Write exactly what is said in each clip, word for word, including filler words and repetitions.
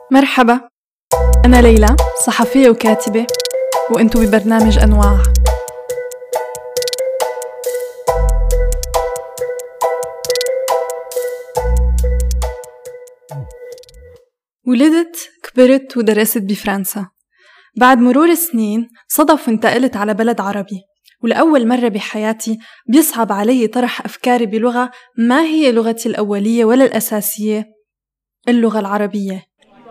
مرحبا، أنا ليلى، صحفية وكاتبة، وأنتوا ببرنامج أنواع. ولدت، كبرت ودرست بفرنسا. بعد مرور سنين صدف وانتقلت على بلد عربي، ولأول مرة بحياتي بيصعب علي طرح أفكاري بلغة ما هي لغتي الأولية ولا الأساسية، اللغة العربية.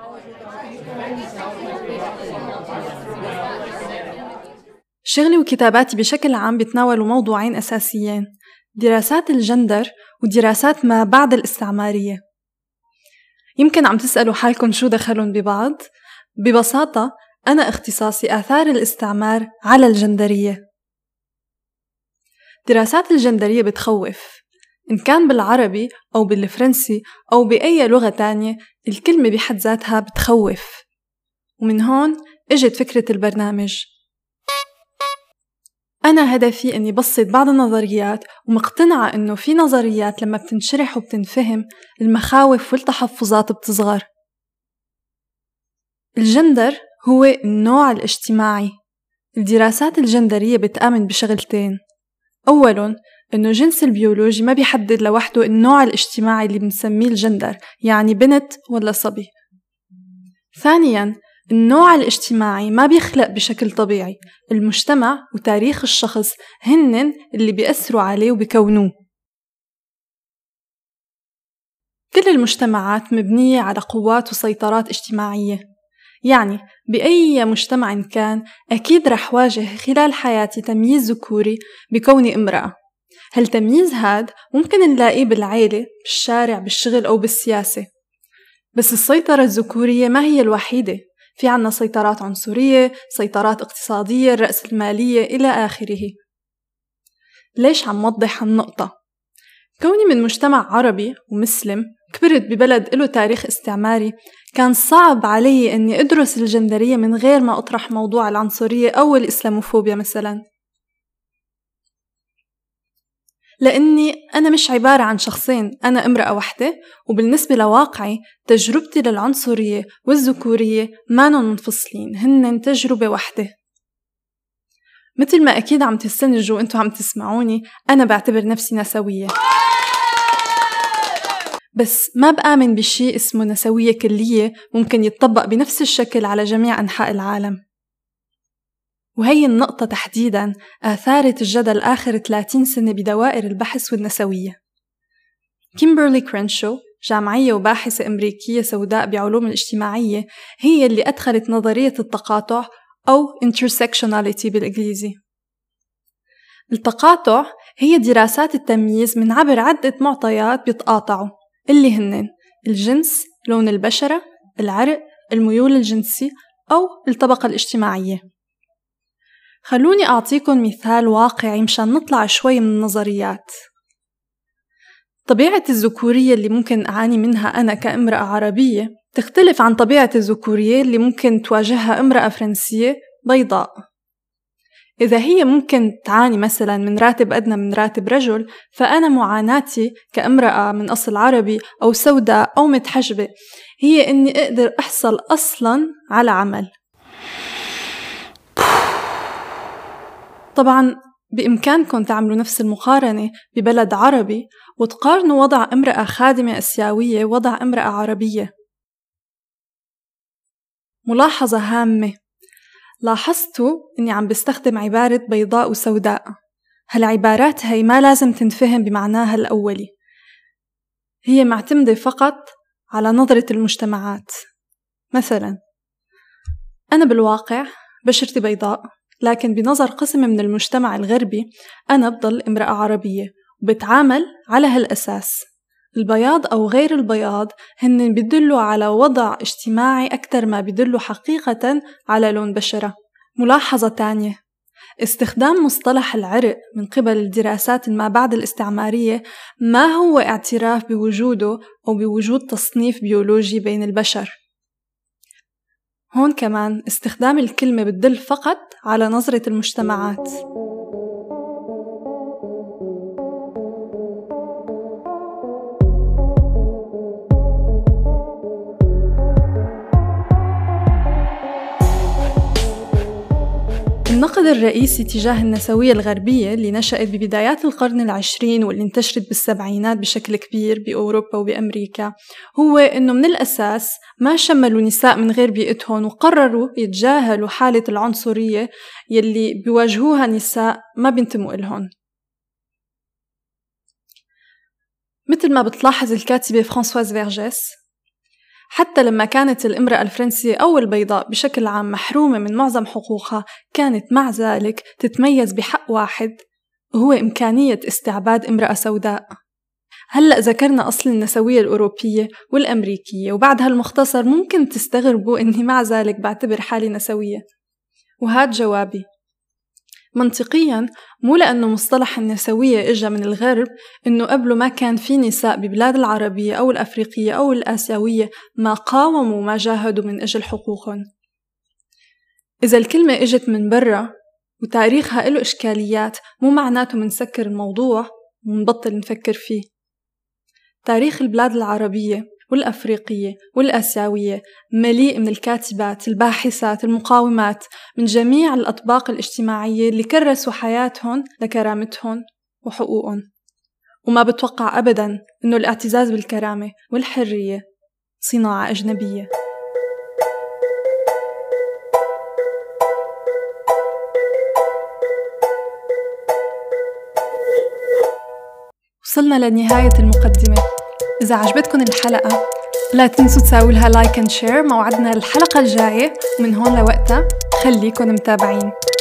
شغلي وكتاباتي بشكل عام بيتناولوا موضوعين أساسيين: دراسات الجندر ودراسات ما بعد الاستعمارية. يمكن عم تسألوا حالكم شو دخلهم ببعض؟ ببساطة أنا اختصاصي آثار الاستعمار على الجندرية. دراسات الجندرية بتخوف، إن كان بالعربي أو بالفرنسي أو بأي لغة تانية، الكلمة بحد ذاتها بتخوف. ومن هون اجت فكرة البرنامج. أنا هدفي أني بسط بعض النظريات، ومقتنعة أنه في نظريات لما بتنشرح وبتنفهم المخاوف والتحفظات بتصغر. الجندر هو النوع الاجتماعي. الدراسات الجندرية بتآمن بشغلتين: أولاً أنه جنس البيولوجي ما بيحدد لوحده النوع الاجتماعي اللي بنسميه الجندر، يعني بنت ولا صبي. ثانياً النوع الاجتماعي ما بيخلق بشكل طبيعي، المجتمع وتاريخ الشخص هنن اللي بيأثروا عليه وبيكونوه. كل المجتمعات مبنية على قوات وسيطرات اجتماعية، يعني بأي مجتمع كان أكيد رح واجه خلال حياتي تمييز ذكوري بكوني امرأة. هالتمييز هاد ممكن نلاقيه بالعيلة، بالشارع، بالشغل أو بالسياسة. بس السيطرة الذكورية ما هي الوحيدة، في عنا سيطرات عنصرية، سيطرات اقتصادية، الرأسمالية إلى آخره. ليش عم وضح هالنقطة؟ كوني من مجتمع عربي ومسلم كبرت ببلد له تاريخ استعماري، كان صعب علي أني أدرس الجندرية من غير ما أطرح موضوع العنصرية أو الإسلاموفوبيا مثلاً، لأني أنا مش عبارة عن شخصين، أنا امرأة واحدة، وبالنسبة لواقعي تجربتي للعنصرية والذكورية مانن منفصلين، هنن تجربة واحدة. مثل ما أكيد عم تستنجوا وإنتوا عم تسمعوني، أنا بعتبر نفسي نسوية، بس ما بآمن بشي اسمه نسوية كلية ممكن يتطبق بنفس الشكل على جميع أنحاء العالم. وهي النقطة تحديداً آثارت الجدل آخر ثلاثين سنة بدوائر البحث والنسوية. كيمبرلي كرينشو، جامعية وباحثة أمريكية سوداء بعلوم الاجتماعية، هي اللي أدخلت نظرية التقاطع أو intersectionality بالإنجليزي. التقاطع هي دراسات التمييز من عبر عدة معطيات بيتقاطعوا، اللي هن الجنس، لون البشرة، العرق، الميول الجنسي أو الطبقة الاجتماعية. خلوني أعطيكم مثال واقعي مشان نطلع شوي من النظريات. طبيعة الذكورية اللي ممكن أعاني منها أنا كامرأة عربية تختلف عن طبيعة الذكورية اللي ممكن تواجهها امرأة فرنسية بيضاء. إذا هي ممكن تعاني مثلاً من راتب أدنى من راتب رجل، فأنا معاناتي كامرأة من أصل عربي أو سوداء أو متحجبة هي إني أقدر أحصل أصلاً على عمل. طبعاً بإمكانكم تعملوا نفس المقارنة ببلد عربي وتقارنوا وضع امرأة خادمة أسيوية ووضع امرأة عربية. ملاحظة هامة، لاحظتوا إني عم بستخدم عبارة بيضاء وسوداء. هالعبارات هي ما لازم تنفهم بمعناها الأولي، هي معتمدة فقط على نظرة المجتمعات. مثلاً أنا بالواقع بشرتي بيضاء، لكن بنظر قسم من المجتمع الغربي أنا بضل امرأة عربية، وبتعامل على هالأساس. البياض أو غير البياض هن بيدلوا على وضع اجتماعي أكثر ما بيدلوا حقيقة على لون بشرة. ملاحظة تانية، استخدام مصطلح العرق من قبل الدراسات ما بعد الاستعمارية ما هو اعتراف بوجوده أو بوجود تصنيف بيولوجي بين البشر. هون كمان استخدام الكلمة بتدل فقط على نظرة المجتمعات. النقد الرئيسي تجاه النسوية الغربية اللي نشأت ببدايات القرن العشرين واللي انتشرت بالسبعينات بشكل كبير بأوروبا وبأمريكا هو إنه من الأساس ما شملوا نساء من غير بيئتهم وقرروا يتجاهلوا حالة العنصرية يلي بيواجهوها نساء ما بينتموا إلهن. مثل ما بتلاحظ الكاتبة فرانسواز فيرجيس، حتى لما كانت الامرأة الفرنسية أو البيضاء بشكل عام محرومة من معظم حقوقها، كانت مع ذلك تتميز بحق واحد وهو إمكانية استعباد امرأة سوداء. هلأ ذكرنا أصل النسوية الأوروبية والأمريكية، وبعد هالمختصر ممكن تستغربوا إني مع ذلك بعتبر حالي نسوية، وهاد جوابي. منطقياً مو لأنه مصطلح النسوية إجا من الغرب إنه قبله ما كان في نساء ببلاد العربية أو الأفريقية أو الآسيوية ما قاوموا وما جاهدوا من أجل حقوقهم. إذا الكلمة إجت من برا وتاريخها له إشكاليات، مو معناته منسكر الموضوع ومنبطل نفكر فيه. تاريخ البلاد العربية والأفريقية والآسيوية مليء من الكاتبات، الباحثات، المقاومات من جميع الأطباق الاجتماعية اللي كرسوا حياتهم لكرامتهم وحقوقهم. وما بتوقع أبداً إنه الاعتزاز بالكرامة والحرية صناعة أجنبية. وصلنا لنهاية المقدمة. إذا عجبتكم الحلقة لا تنسوا تساووا لها لايك اند شير. موعدنا الحلقة الجاية، ومن هون لوقتها خليكن متابعين.